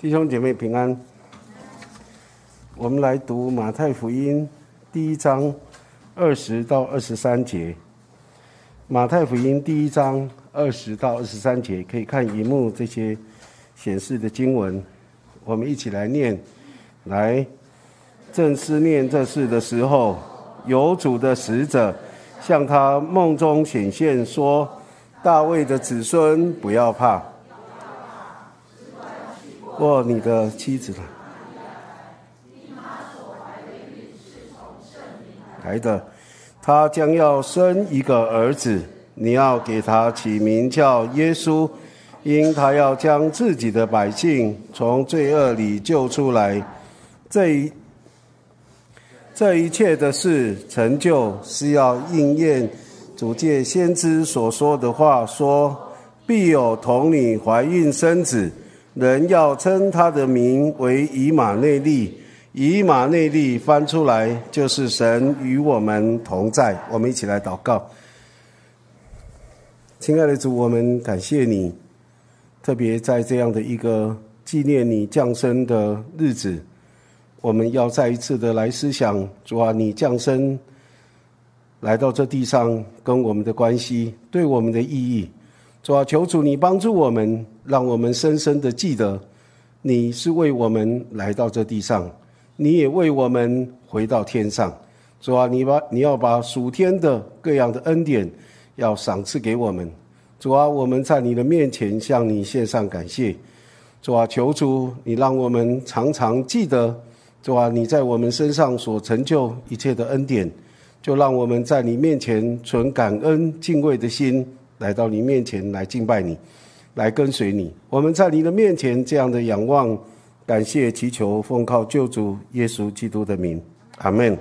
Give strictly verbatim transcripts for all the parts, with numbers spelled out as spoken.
弟兄姐妹平安。我们来读马太福音第一章二十到二十三节。马太福音第一章二十到二十三节，可以看荧幕这些显示的经文，我们一起来念。来，正思念这事的时候，有主的使者向他梦中显现，说：大卫的子孙，不要怕，过你的妻子来的，他将要生一个儿子，你要给他起名叫耶稣，因他要将自己的百姓从罪恶里救出来。这一这一切的事成就，是要应验主借先知所说的话，说：必有童女怀孕生子，人要称他的名为以马内利。以马内利翻出来就是神与我们同在。我们一起来祷告。亲爱的主，我们感谢你，特别在这样的一个纪念你降生的日子，我们要再一次的来思想，主啊，你降生来到这地上跟我们的关系，对我们的意义。主啊，求主你帮助我们，让我们深深的记得你是为我们来到这地上，你也为我们回到天上。主啊，你把你要把属天的各样的恩典要赏赐给我们。主啊，我们在你的面前向你献上感谢。主啊，求主你让我们常常记得，主啊，你在我们身上所成就一切的恩典，就让我们在你面前存感恩敬畏的心，来到你面前来敬拜你，来跟随你。我们在你的面前这样的仰望感谢祈求，奉靠救主耶稣基督的名，阿们。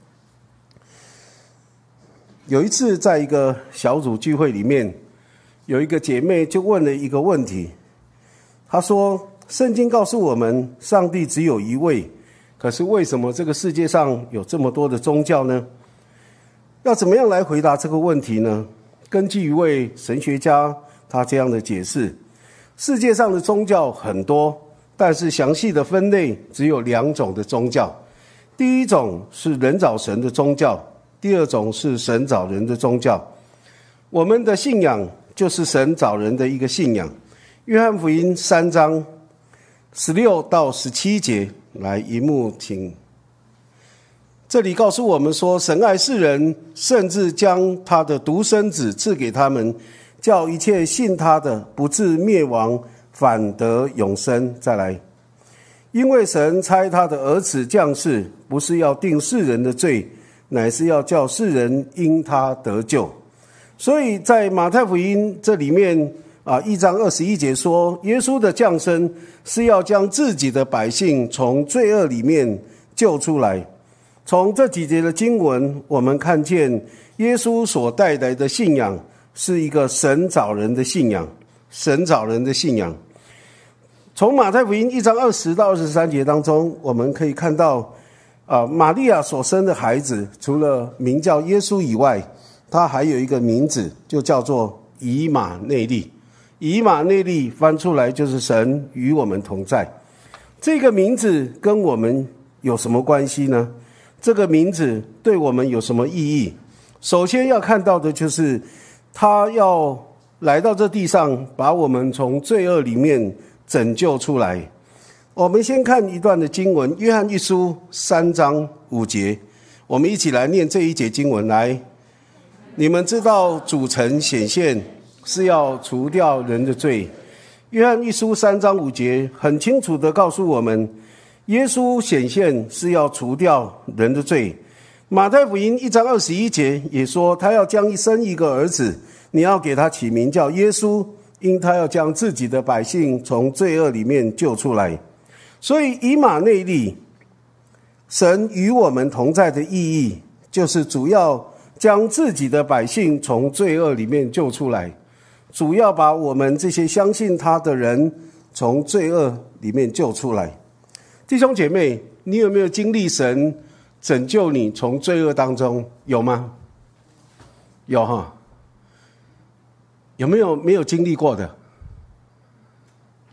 有一次在一个小组聚会里面，有一个姐妹就问了一个问题，她说：圣经告诉我们上帝只有一位，可是为什么这个世界上有这么多的宗教呢？要怎么样来回答这个问题呢？根据一位神学家他这样的解释，世界上的宗教很多，但是详细的分类只有两种的宗教。第一种是人找神的宗教，第二种是神找人的宗教。我们的信仰就是神找人的一个信仰。约翰福音三章十六到十七节，来荧幕请。这里告诉我们说，神爱世人，甚至将他的独生子赐给他们，叫一切信他的不至灭亡，反得永生。再来，因为神差他的儿子降世，不是要定世人的罪，乃是要叫世人因他得救。所以在马太福音这里面啊，一章二十一节说，耶稣的降生是要将自己的百姓从罪恶里面救出来。从这几节的经文，我们看见耶稣所带来的信仰是一个神找人的信仰，神找人的信仰。从马太福音一章二十到二十三节当中，我们可以看到啊，玛利亚所生的孩子除了名叫耶稣以外，他还有一个名字，就叫做以马内利。以马内利翻出来就是神与我们同在。这个名字跟我们有什么关系呢？这个名字对我们有什么意义？首先要看到的就是他要来到这地上，把我们从罪恶里面拯救出来。我们先看一段的经文，约翰一书三章五节，我们一起来念这一节经文。来，你们知道主曾显现是要除掉人的罪。约翰一书三章五节很清楚地告诉我们，耶稣显现是要除掉人的罪。马太福音一章二十一节也说，他要将生一个儿子，你要给他起名叫耶稣，因他要将自己的百姓从罪恶里面救出来。所以以马内利，神与我们同在的意义，就是主要将自己的百姓从罪恶里面救出来，主要把我们这些相信他的人从罪恶里面救出来。弟兄姐妹，你有没有经历神拯救你从罪恶当中？有吗？有哈。有没有没有经历过的？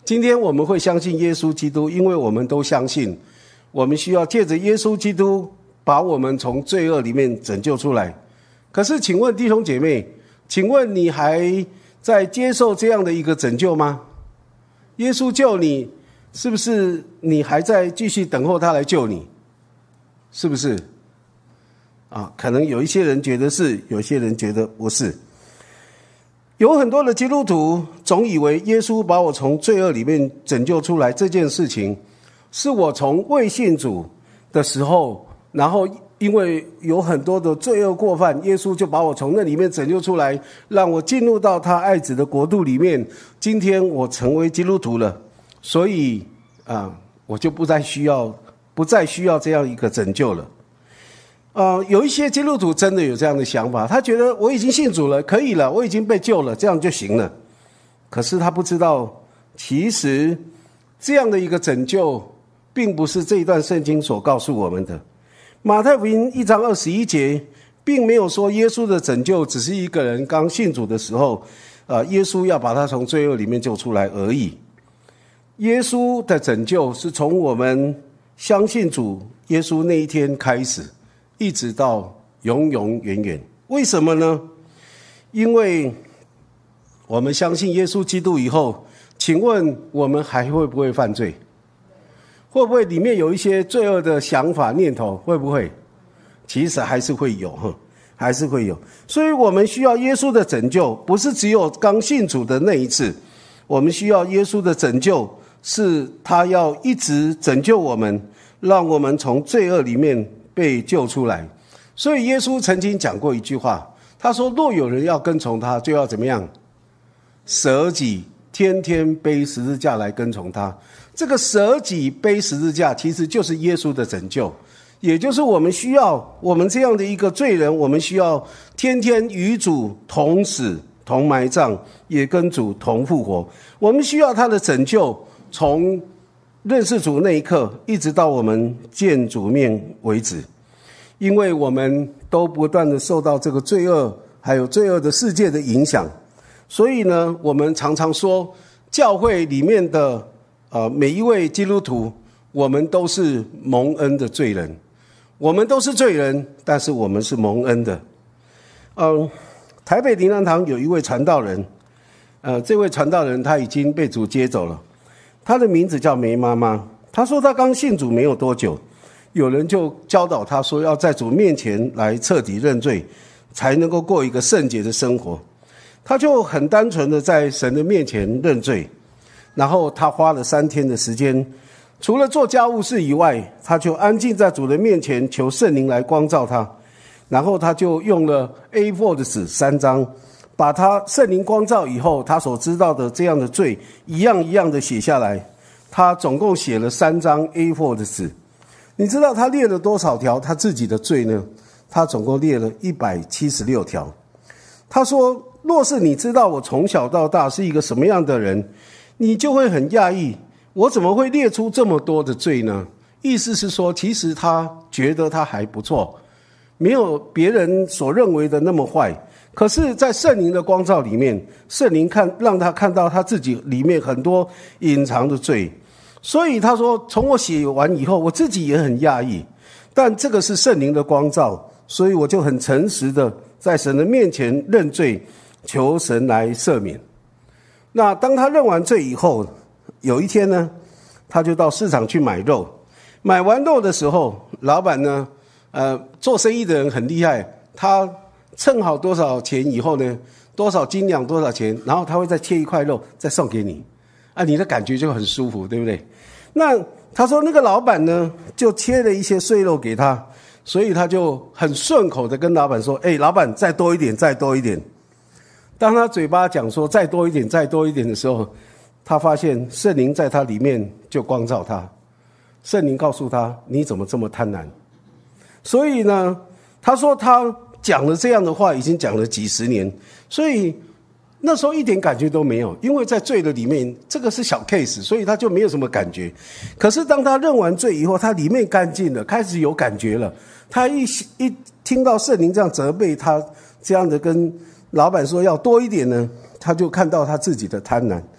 今天我们会相信耶稣基督，因为我们都相信，我们需要借着耶稣基督把我们从罪恶里面拯救出来。可是请问弟兄姐妹，请问你还在接受这样的一个拯救吗？耶稣救你，是不是你还在继续等候他来救你？是不是？啊，可能有一些人觉得是，有一些人觉得不是。有很多的基督徒总以为耶稣把我从罪恶里面拯救出来这件事情，是我从未信主的时候，然后因为有很多的罪恶过犯，耶稣就把我从那里面拯救出来，让我进入到他爱子的国度里面。今天我成为基督徒了，所以啊，我就不再需要不再需要这样一个拯救了。呃，有一些基督徒真的有这样的想法，他觉得我已经信主了，可以了，我已经被救了，这样就行了。可是他不知道，其实这样的一个拯救并不是这一段圣经所告诉我们的。马太福音一章二十一节并没有说耶稣的拯救只是一个人刚信主的时候，呃，耶稣要把他从罪恶里面救出来而已。耶稣的拯救是从我们相信主耶稣那一天开始，一直到永永远远。为什么呢？因为我们相信耶稣基督以后，请问我们还会不会犯罪？会不会里面有一些罪恶的想法念头？会不会？其实还是会有，还是会有。所以我们需要耶稣的拯救，不是只有刚信主的那一次。我们需要耶稣的拯救，是他要一直拯救我们，让我们从罪恶里面被救出来。所以耶稣曾经讲过一句话，他说若有人要跟从他，就要怎么样？舍己，天天背十字架来跟从他。这个舍己背十字架其实就是耶稣的拯救，也就是我们需要，我们这样的一个罪人，我们需要天天与主同死同埋葬，也跟主同复活。我们需要他的拯救，从认识主那一刻一直到我们见主面为止。因为我们都不断的受到这个罪恶还有罪恶的世界的影响，所以呢，我们常常说教会里面的呃每一位基督徒，我们都是蒙恩的罪人。我们都是罪人，但是我们是蒙恩的。嗯，台北灵粮堂有一位传道人，呃，这位传道人他已经被主接走了，他的名字叫梅妈妈。他说他刚信主没有多久，有人就教导他说要在主面前来彻底认罪，才能够过一个圣洁的生活。他就很单纯的在神的面前认罪，然后他花了三天的时间，除了做家务事以外，他就安静在主的面前求圣灵来光照他。然后他就用了 A 四 的纸三张，把他圣灵光照以后他所知道的这样的罪一样一样的写下来。他总共写了三张 A 四 的纸。你知道他列了多少条他自己的罪呢？他总共列了一百七十六条。他说，若是你知道我从小到大是一个什么样的人，你就会很讶异，我怎么会列出这么多的罪呢？意思是说，其实他觉得他还不错，没有别人所认为的那么坏。可是在圣灵的光照里面，圣灵看让他看到他自己里面很多隐藏的罪。所以他说，从我写完以后，我自己也很讶异，但这个是圣灵的光照，所以我就很诚实的在神的面前认罪，求神来赦免。那当他认完罪以后，有一天呢，他就到市场去买肉。买完肉的时候，老板呢，呃，做生意的人很厉害，他称好多少钱以后呢，多少斤两多少钱，然后他会再切一块肉再送给你，啊，你的感觉就很舒服，对不对？那他说那个老板呢，就切了一些碎肉给他，所以他就很顺口的跟老板说，哎，老板再多一点再多一点。当他嘴巴讲说再多一点再多一点的时候，他发现圣灵在他里面就光照他，圣灵告诉他，你怎么这么贪婪？所以呢，他说他讲了这样的话已经讲了几十年，所以那时候一点感觉都没有，因为在罪的里面，这个是小 case， 所以他就没有什么感觉。可是当他认完罪以后，他里面干净了，开始有感觉了。他一一听到圣灵这样责备他，这样的跟老板说要多一点呢，他就看到他自己的贪婪。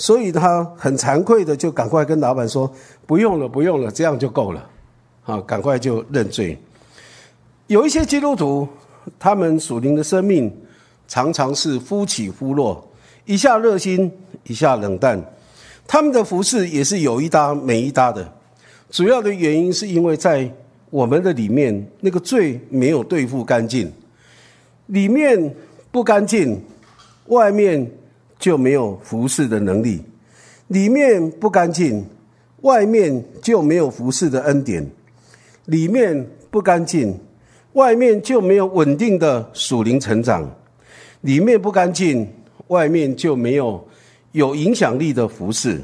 所以他很惭愧的就赶快跟老板说，不用了不用了，这样就够了，好，赶快就认罪。有一些基督徒，他们属灵的生命常常是忽起忽落，一下热心一下冷淡，他们的服事也是有一搭没一搭的。主要的原因是因为在我们的里面那个罪没有对付干净，里面不干净，外面就没有服事的能力，里面不干净，外面就没有服事的恩典，里面不干净，外面就没有稳定的属灵成长，里面不干净，外面就没有有影响力的服事。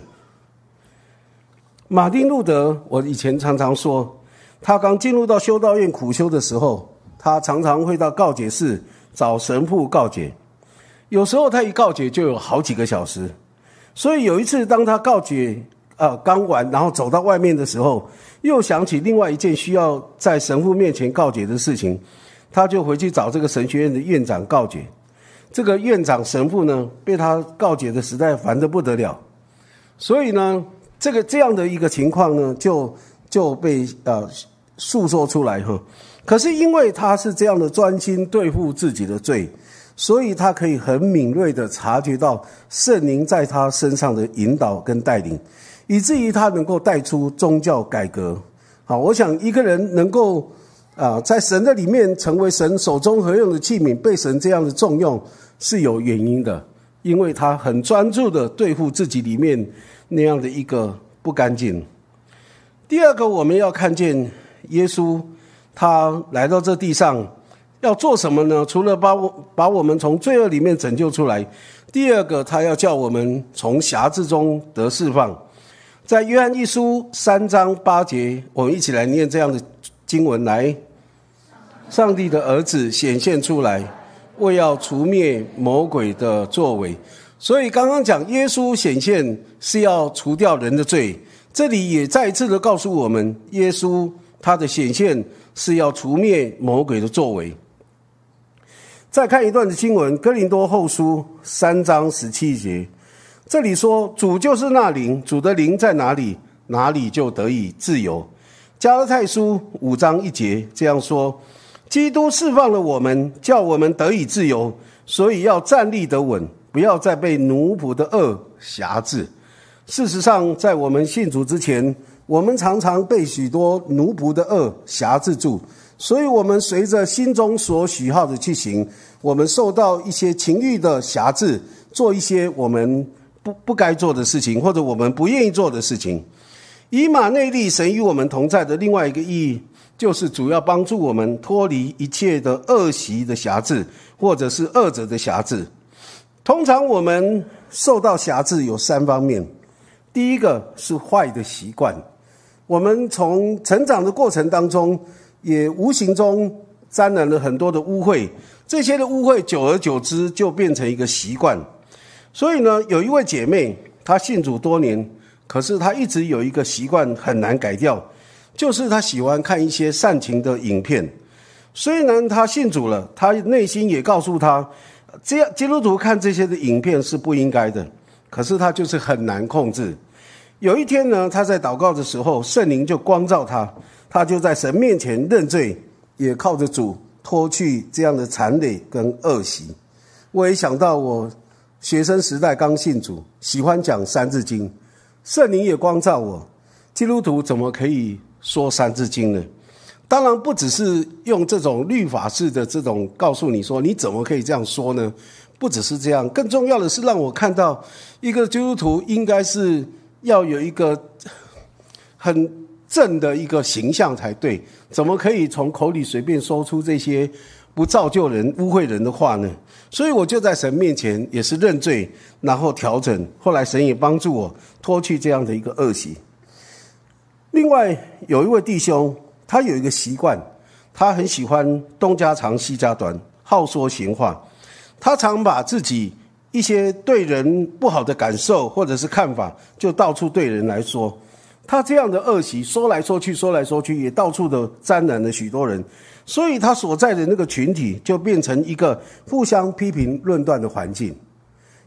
马丁路德，我以前常常说，他刚进入到修道院苦修的时候，他常常会到告解室找神父告解，有时候他一告解就有好几个小时。所以有一次当他告解呃刚完，然后走到外面的时候，又想起另外一件需要在神父面前告解的事情，他就回去找这个神学院的院长告解。这个院长神父呢，被他告解的实在烦得不得了，所以呢这个这样的一个情况呢，就就被呃诉说出来哈。可是因为他是这样的专心对付自己的罪，所以他可以很敏锐的察觉到圣灵在他身上的引导跟带领，以至于他能够带出宗教改革。好，我想一个人能够啊、呃，在神的里面成为神手中合用的器皿，被神这样的重用是有原因的，因为他很专注的对付自己里面那样的一个不干净。第二个，我们要看见耶稣他来到这地上要做什么呢？除了把我把我们从罪恶里面拯救出来，第二个他要叫我们从辖制中得释放。在约翰一书三章八节，我们一起来念这样的经文来：上帝的儿子显现出来，为要除灭魔鬼的作为。所以刚刚讲耶稣显现是要除掉人的罪，这里也再一次的告诉我们，耶稣他的显现是要除灭魔鬼的作为。再看一段的经文，哥林多后书三章十七节，这里说主就是那灵，主的灵在哪里，哪里就得以自由。加拉太书五章一节这样说，基督释放了我们，叫我们得以自由，所以要站立得稳，不要再被奴仆的恶辖制。事实上在我们信主之前，我们常常被许多奴仆的恶辖制住，所以我们随着心中所喜好的去行，我们受到一些情欲的辖制，做一些我们不不该做的事情，或者我们不愿意做的事情。以马内利，神与我们同在的另外一个意义，就是主要帮助我们脱离一切的恶习的辖制，或者是恶者的辖制。通常我们受到辖制有三方面，第一个是坏的习惯，我们从成长的过程当中，也无形中沾染了很多的污秽，这些的污秽久而久之就变成一个习惯。所以呢，有一位姐妹，她信主多年，可是她一直有一个习惯很难改掉，就是她喜欢看一些煽情的影片。虽然她信主了，她内心也告诉她，这样基督徒看这些的影片是不应该的，可是她就是很难控制。有一天呢，她在祷告的时候，圣灵就光照她，她就在神面前认罪，也靠着主脱去这样的残累跟恶习。我也想到我学生时代刚信主，喜欢讲三字经，圣灵也光照我，基督徒怎么可以说三字经呢？当然不只是用这种律法式的这种告诉你说你怎么可以这样说呢，不只是这样，更重要的是让我看到一个基督徒应该是要有一个很正的一个形象才对，怎么可以从口里随便说出这些不造就人污秽人的话呢？所以我就在神面前也是认罪，然后调整，后来神也帮助我脱去这样的一个恶习。另外有一位弟兄，他有一个习惯，他很喜欢东家长西家短，好说闲话，他常把自己一些对人不好的感受或者是看法就到处对人来说，他这样的恶习说来说去说来说去，也到处的沾染了许多人，所以他所在的那个群体就变成一个互相批评论断的环境。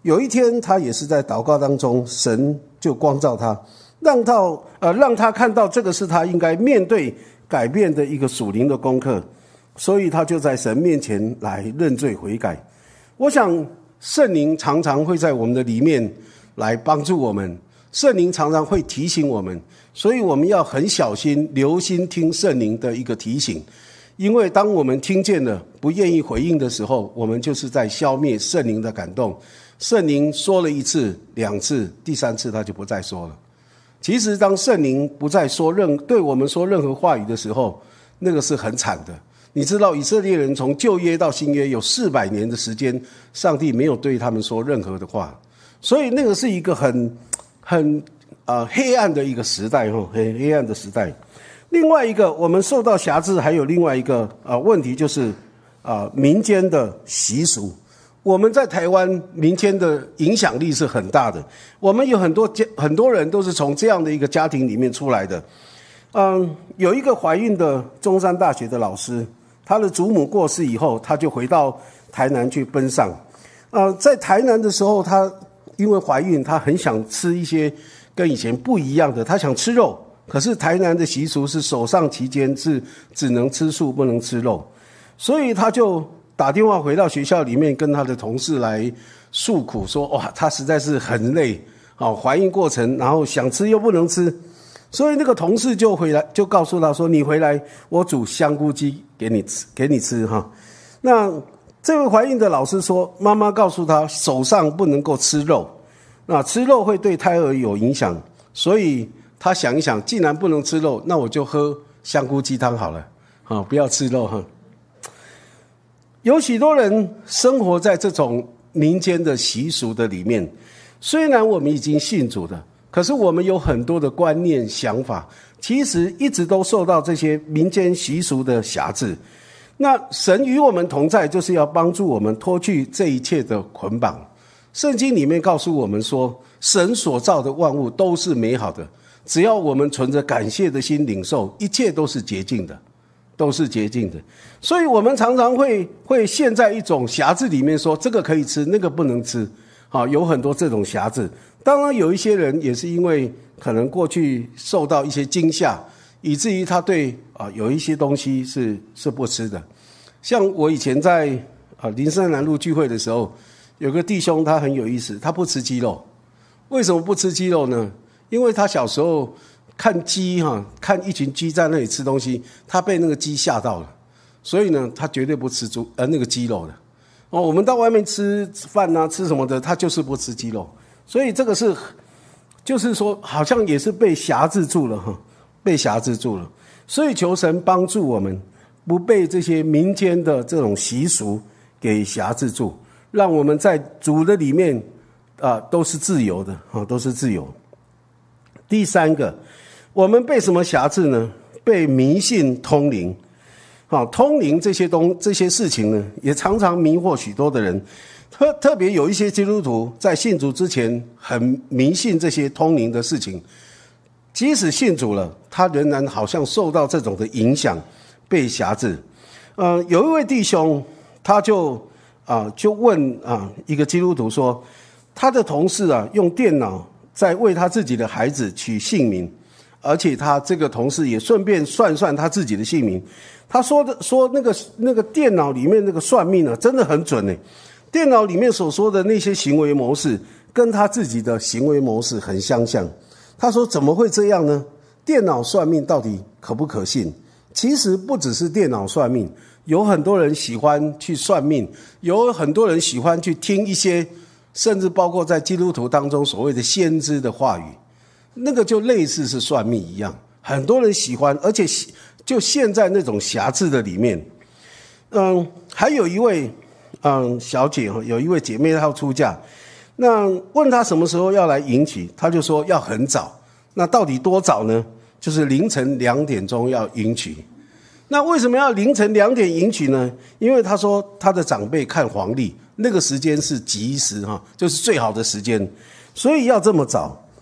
有一天他也是在祷告当中，神就光照他，让到呃让他看到这个是他应该面对改变的一个属灵的功课，所以他就在神面前来认罪悔改。我想圣灵常常会在我们的里面来帮助我们，圣灵常常会提醒我们，所以我们要很小心留心听圣灵的一个提醒，因为当我们听见了不愿意回应的时候，我们就是在消灭圣灵的感动。圣灵说了一次两次，第三次他就不再说了。其实当圣灵不再说任对我们说任何话语的时候，那个是很惨的。你知道以色列人从旧约到新约有四百年的时间，上帝没有对他们说任何的话，所以那个是一个很很呃黑暗的一个时代哈，很黑暗的时代。另外一个我们受到辖制，还有另外一个呃问题就是啊、呃、民间的习俗。我们在台湾民间的影响力是很大的，我们有很多家很多人都是从这样的一个家庭里面出来的。嗯，有一个怀孕的中山大学的老师，他的祖母过世以后，他就回到台南去奔丧。呃，在台南的时候，他因为怀孕，他很想吃一些跟以前不一样的，他想吃肉，可是台南的习俗是守丧期间是只能吃素不能吃肉，所以他就打电话回到学校里面跟他的同事来诉苦，说哇，他实在是很累，好，怀孕过程，然后想吃又不能吃，所以那个同事就回来就告诉他说，你回来我煮香菇鸡给你吃给你吃哈。那这位怀孕的老师说，妈妈告诉他手上不能够吃肉，那吃肉会对胎儿有影响，所以他想一想，既然不能吃肉，那我就喝香菇鸡汤好了，好，不要吃肉哈。有许多人生活在这种民间的习俗的里面，虽然我们已经信主了，可是我们有很多的观念想法，其实一直都受到这些民间习俗的辖制。那神与我们同在，就是要帮助我们脱去这一切的捆绑。圣经里面告诉我们说，神所造的万物都是美好的，只要我们存着感谢的心领受，一切都是洁净的，都是洁净的。所以我们常常会会陷在一种辖制里面，说这个可以吃，那个不能吃，好，有很多这种辖制。当然有一些人也是因为可能过去受到一些惊吓，以至于他对啊有一些东西是是不吃的。像我以前在啊林森南路聚会的时候，有个弟兄他很有意思，他不吃鸡肉。为什么不吃鸡肉呢？因为他小时候看鸡哈，看一群鸡在那里吃东西，他被那个鸡吓到了，所以呢，他绝对不吃猪呃那个鸡肉的。哦，我们到外面吃饭啊，吃什么的，他就是不吃鸡肉。所以这个是，就是说，好像也是被辖制住了哈，被辖制住了。所以求神帮助我们，不被这些民间的这种习俗给辖制住，让我们在主的里面啊、呃、都是自由的啊，都是自由。第三个，我们被什么辖制呢？被迷信通灵。好，通灵这些东这些事情呢，也常常迷惑许多的人。特特别有一些基督徒在信主之前很迷信这些通灵的事情，即使信主了，他仍然好像受到这种的影响，被辖制。呃，有一位弟兄，他就啊、呃、就问啊一个基督徒说，他的同事啊用电脑在为他自己的孩子取姓名，而且他这个同事也顺便算算他自己的姓名。他说的说那个那个电脑里面那个算命啊，真的很准诶。电脑里面所说的那些行为模式，跟他自己的行为模式很相像。他说怎么会这样呢？电脑算命到底可不可信？其实不只是电脑算命，有很多人喜欢去算命，有很多人喜欢去听一些，甚至包括在基督徒当中所谓的先知的话语，那个就类似是算命一样，很多人喜欢，而且就陷在那种辖制的里面。嗯，还有一位嗯小姐，有一位姐妹她要出嫁，那问她什么时候要来迎娶，她就说要很早。那到底多早呢？就是凌晨两点钟要迎娶。那为什么要凌晨两点迎娶呢？因为她说她的长辈看黄历，那个时间是吉时哈，就是最好的时间，所以要这么早。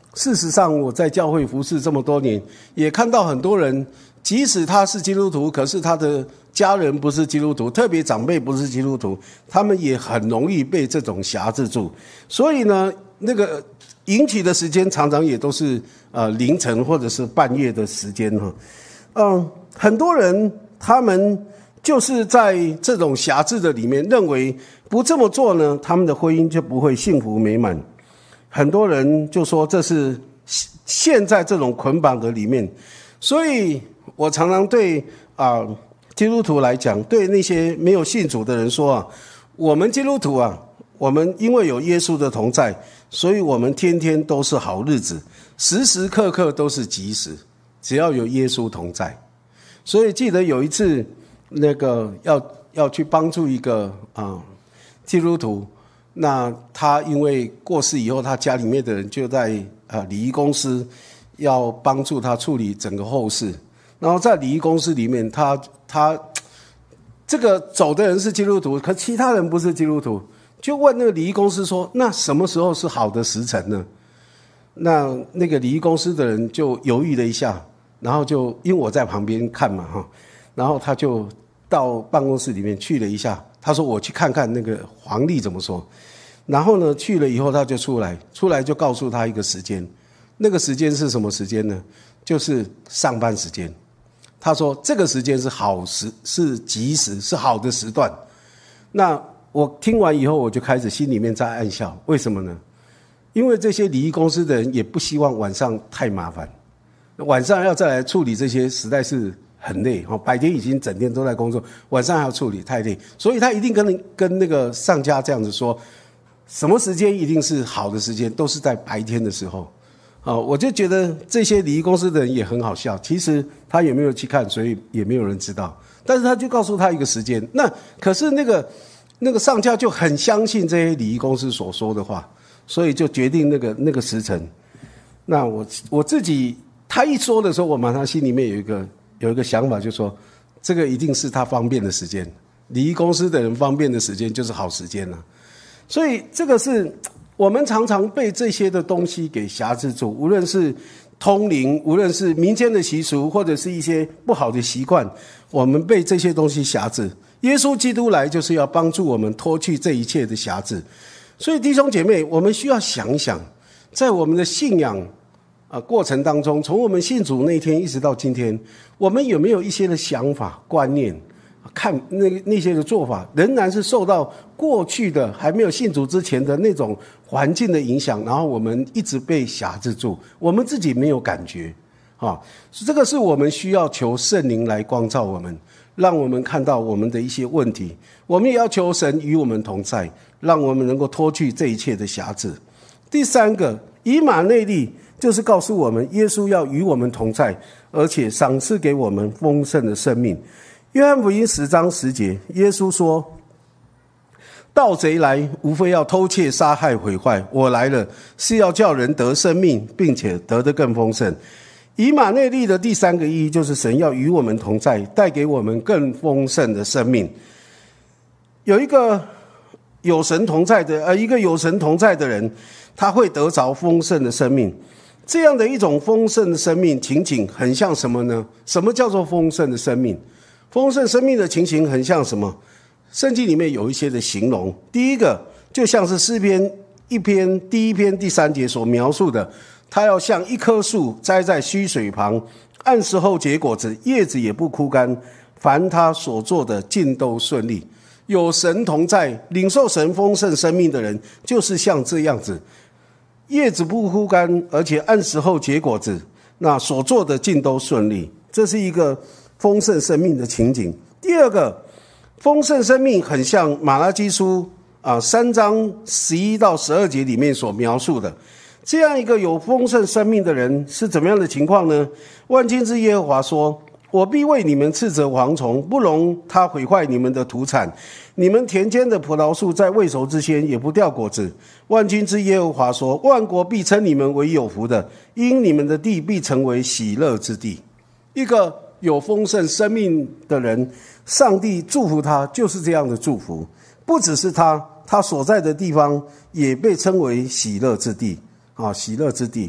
事实上我在教会服侍这么多年，也看到很多人，即使他是基督徒，可是他的家人不是基督徒，特别长辈不是基督徒，他们也很容易被这种辖制住。所以呢，那个引起的时间常常也都是呃凌晨或者是半夜的时间哈。嗯，很多人他们就是在这种辖制的里面，认为不这么做呢，他们的婚姻就不会幸福美满。很多人就说这是陷在这种捆绑的里面。所以我常常对啊、呃、基督徒来讲，对那些没有信主的人说啊，我们基督徒啊，我们因为有耶稣的同在，所以我们天天都是好日子，时时刻刻都是吉时，只要有耶稣同在。所以记得有一次那个要要去帮助一个啊、呃、基督徒，那他因为过世以后，他家里面的人就在啊、呃、礼仪公司要帮助他处理整个后事。然后在礼仪公司里面，他他这个走的人是基督徒，可其他人不是基督徒，就问那个礼仪公司说，那什么时候是好的时辰呢？那那个礼仪公司的人就犹豫了一下，然后就因为我在旁边看嘛哈，然后他就到办公室里面去了一下，他说我去看看那个黄历怎么说。然后呢去了以后他就出来，出来就告诉他一个时间，那个时间是什么时间呢？就是上班时间。他说这个时间是好时，是吉时，是好的时段。那我听完以后，我就开始心里面在暗笑，为什么呢？因为这些礼仪公司的人也不希望晚上太麻烦，晚上要再来处理这些实在是很累，白天已经整天都在工作，晚上还要处理太累，所以他一定跟跟那个上家这样子说，什么时间一定是好的时间，都是在白天的时候。哦，我就觉得这些礼仪公司的人也很好笑，其实他也没有去看，所以也没有人知道，但是他就告诉他一个时间。那可是那个那个上家就很相信这些礼仪公司所说的话，所以就决定那个那个时辰。那我我自己他一说的时候，我马上心里面有一个有一个想法，就说这个一定是他方便的时间，礼仪公司的人方便的时间就是好时间了。所以这个是我们常常被这些的东西给辖制住，无论是通灵，无论是民间的习俗，或者是一些不好的习惯，我们被这些东西辖制。耶稣基督来就是要帮助我们脱去这一切的辖制。所以弟兄姐妹，我们需要想一想，在我们的信仰啊过程当中，从我们信主那天一直到今天，我们有没有一些的想法观念，看那那些的做法仍然是受到过去的还没有信主之前的那种环境的影响，然后我们一直被辖制住，我们自己没有感觉啊，这个是我们需要求圣灵来光照我们，让我们看到我们的一些问题。我们也要求神与我们同在，让我们能够脱去这一切的辖制。第三个，以马内利就是告诉我们耶稣要与我们同在，而且赏赐给我们丰盛的生命。约翰福音十章十节，耶稣说，盗贼来无非要偷窃杀害毁坏，我来了是要叫人得生命，并且得得更丰盛。以马内利的第三个意义就是神要与我们同在，带给我们更丰盛的生命。有一个有神同在的呃，一个有神同在的人，他会得着丰盛的生命。这样的一种丰盛的生命情景很像什么呢？什么叫做丰盛的生命？丰盛生命的情形很像什么？圣经里面有一些的形容。第一个就像是诗篇一篇第一篇第三节所描述的，他要像一棵树栽在溪水旁，按时候结果子，叶子也不枯干，凡他所做的尽都顺利。有神同在，领受神丰盛生命的人就是像这样子，叶子不枯干，而且按时候结果子，那所做的尽都顺利。这是一个丰盛生命的情景。第二个，丰盛生命很像马拉基书啊三章十一到十二节里面所描述的，这样一个有丰盛生命的人是怎么样的情况呢？万军之耶和华说，我必为你们斥责蝗虫，不容它毁坏你们的土产，你们田间的葡萄树在未熟之前也不掉果子。万军之耶和华说，万国必称你们为有福的，因你们的地必成为喜乐之地。一个有丰盛生命的人，上帝祝福他就是这样的祝福，不只是他，他所在的地方也被称为喜乐之地啊，喜乐之地。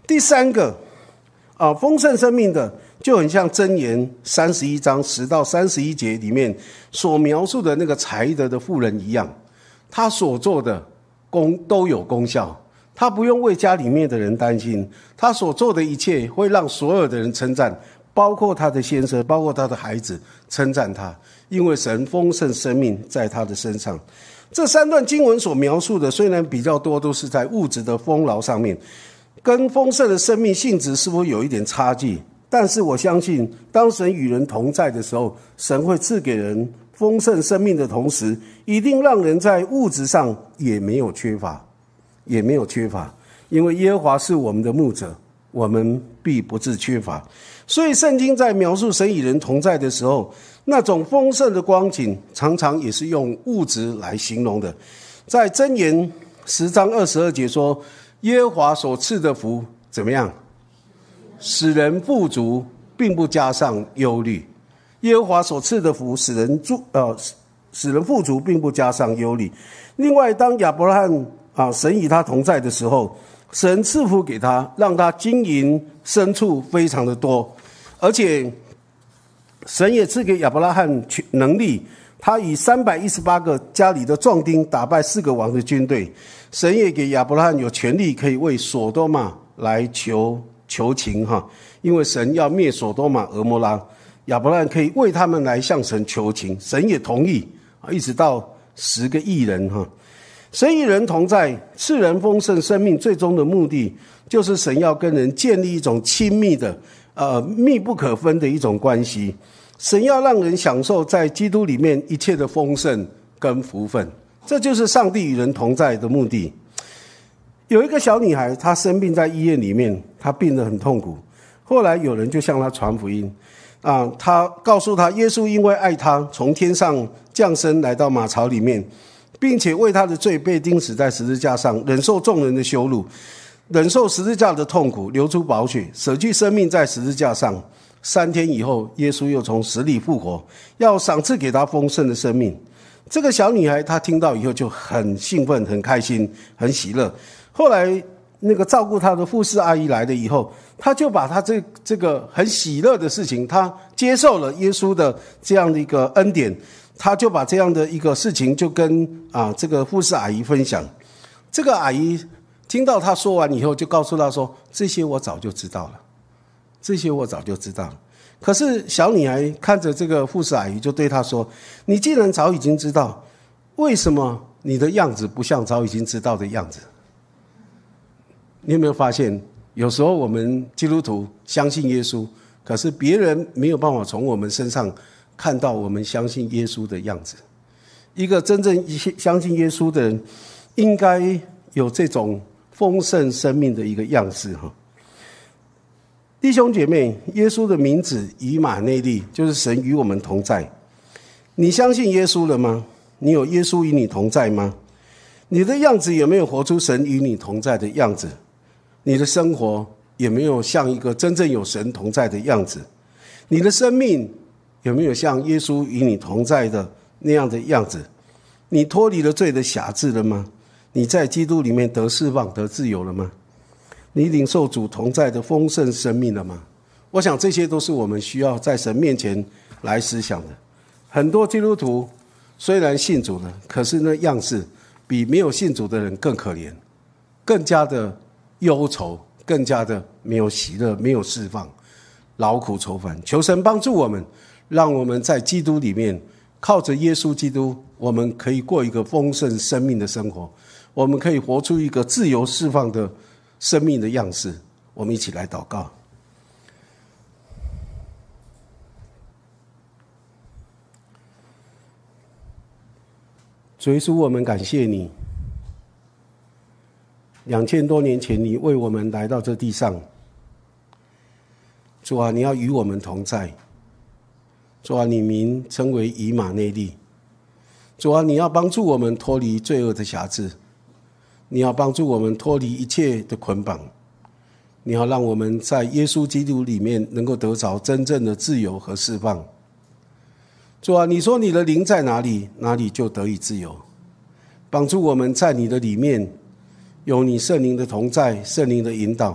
第三个啊，丰盛生命的就很像箴言三十一章十到三十一节里面所描述的那个才德的妇人一样，他所做的功都有功效，他不用为家里面的人担心，他所做的一切会让所有的人称赞，包括他的先生，包括他的孩子称赞他，因为神丰盛生命在他的身上。这三段经文所描述的虽然比较多都是在物质的丰饶上面，跟丰盛的生命性质是否有一点差距，但是我相信当神与人同在的时候，神会赐给人丰盛生命的同时，一定让人在物质上也没有缺乏，也没有缺乏，因为耶和华是我们的牧者，我们必不致缺乏。所以圣经在描述神与人同在的时候，那种丰盛的光景常常也是用物质来形容的。在箴言十章二十二节说，耶和华所赐的福怎么样？使人富足，并不加上忧虑。耶和华所赐的福使人住呃使人富足，并不加上忧虑。另外，当亚伯拉罕啊神与他同在的时候，神赐福给他，让他经营牲畜非常的多，而且神也赐给亚伯拉罕能力，他以三百一十八个家里的壮丁打败四个王的军队。神也给亚伯拉罕有权利可以为所多玛来求求情哈，因为神要灭所多玛俄摩拉，亚伯拉罕可以为他们来向神求情，神也同意，一直到十个亿人哈。神与人同在，赐人丰盛生命，最终的目的就是神要跟人建立一种亲密的呃密不可分的一种关系。神要让人享受在基督里面一切的丰盛跟福分，这就是上帝与人同在的目的。有一个小女孩，她生病在医院里面，她病得很痛苦，后来有人就向她传福音啊，她告诉她耶稣因为爱她，从天上降生来到马槽里面，并且为她的罪被钉死在十字架上，忍受众人的羞辱，忍受十字架的痛苦，流出宝血，舍去生命在十字架上。三天以后，耶稣又从死里复活，要赏赐给她丰盛的生命。这个小女孩她听到以后就很兴奋，很开心，很喜乐。后来那个照顾她的护士阿姨来了以后，她就把她这这个很喜乐的事情，她接受了耶稣的这样的一个恩典，她就把这样的一个事情就跟啊这个护士阿姨分享。这个阿姨听到她说完以后，就告诉她说：“这些我早就知道了，这些我早就知道了。”可是小女孩看着这个护士阿姨，就对她说：“你既然早已经知道，为什么你的样子不像早已经知道的样子？”你有没有发现，有时候我们基督徒相信耶稣，可是别人没有办法从我们身上看到我们相信耶稣的样子。一个真正相信耶稣的人，应该有这种丰盛生命的一个样式哈。弟兄姐妹，耶稣的名字以马内利，就是神与我们同在。你相信耶稣了吗？你有耶稣与你同在吗？你的样子有没有活出神与你同在的样子？你的生活有没有像一个真正有神同在的样子？你的生命有没有像耶稣与你同在的那样的样子？你脱离了罪的辖制了吗？你在基督里面得释放得自由了吗？你领受主同在的丰盛生命了吗？我想这些都是我们需要在神面前来思想的。很多基督徒虽然信主了，可是那样式比没有信主的人更可怜，更加的忧愁，更加的没有喜乐，没有释放，劳苦愁烦。求神帮助我们，让我们在基督里面，靠着耶稣基督，我们可以过一个丰盛生命的生活，我们可以活出一个自由释放的生命的样式。我们一起来祷告。主耶稣，我们感谢你，两千多年前你为我们来到这地上。主啊，你要与我们同在。主啊，你名称为以马内利。主啊，你要帮助我们脱离罪恶的辖制，你要帮助我们脱离一切的捆绑，你要让我们在耶稣基督里面能够得着真正的自由和释放。主啊，你说你的灵在哪里，哪里就得以自由。帮助我们在你的里面有你圣灵的同在，圣灵的引导，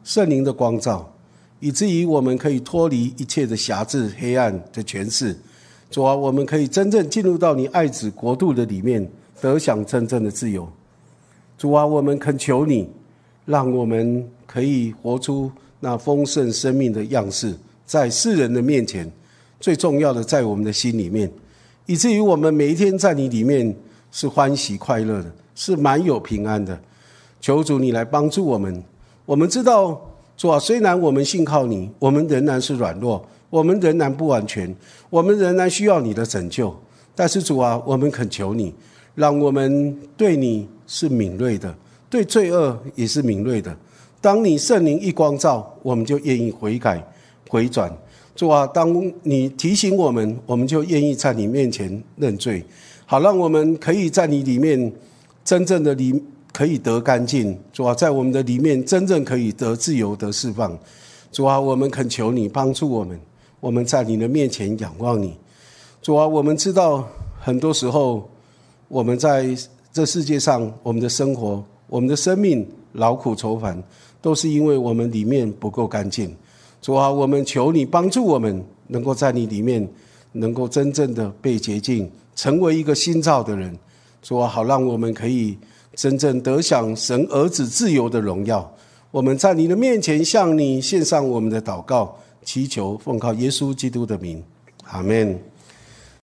圣灵的光照，以至于我们可以脱离一切的辖制黑暗的权势。主啊，我们可以真正进入到你爱子国度的里面，得享真正的自由。主啊，我们恳求你，让我们可以活出那丰盛生命的样式，在世人的面前，最重要的在我们的心里面，以至于我们每一天在你里面是欢喜快乐的，是满有平安的。求主你来帮助我们。我们知道主啊，虽然我们信靠你，我们仍然是软弱，我们仍然不完全，我们仍然需要你的拯救。但是主啊，我们恳求你，让我们对你是敏锐的，对罪恶也是敏锐的。当你圣灵一光照，我们就愿意悔改回转。主啊，当你提醒我们，我们就愿意在你面前认罪，好让我们可以在你里面真正的里可以得干净。主啊，在我们的里面真正可以得自由得释放。主啊，我们恳求你帮助我们，我们在你的面前仰望你。主啊，我们知道很多时候我们在这世界上，我们的生活，我们的生命劳苦愁烦，都是因为我们里面不够干净。主啊，我们求你帮助我们，能够在你里面能够真正的被洁净，成为一个新造的人。主啊，好让我们可以真正得享神儿子自由的荣耀。我们在你的面前向你献上我们的祷告，祈求奉靠耶稣基督的名，阿们。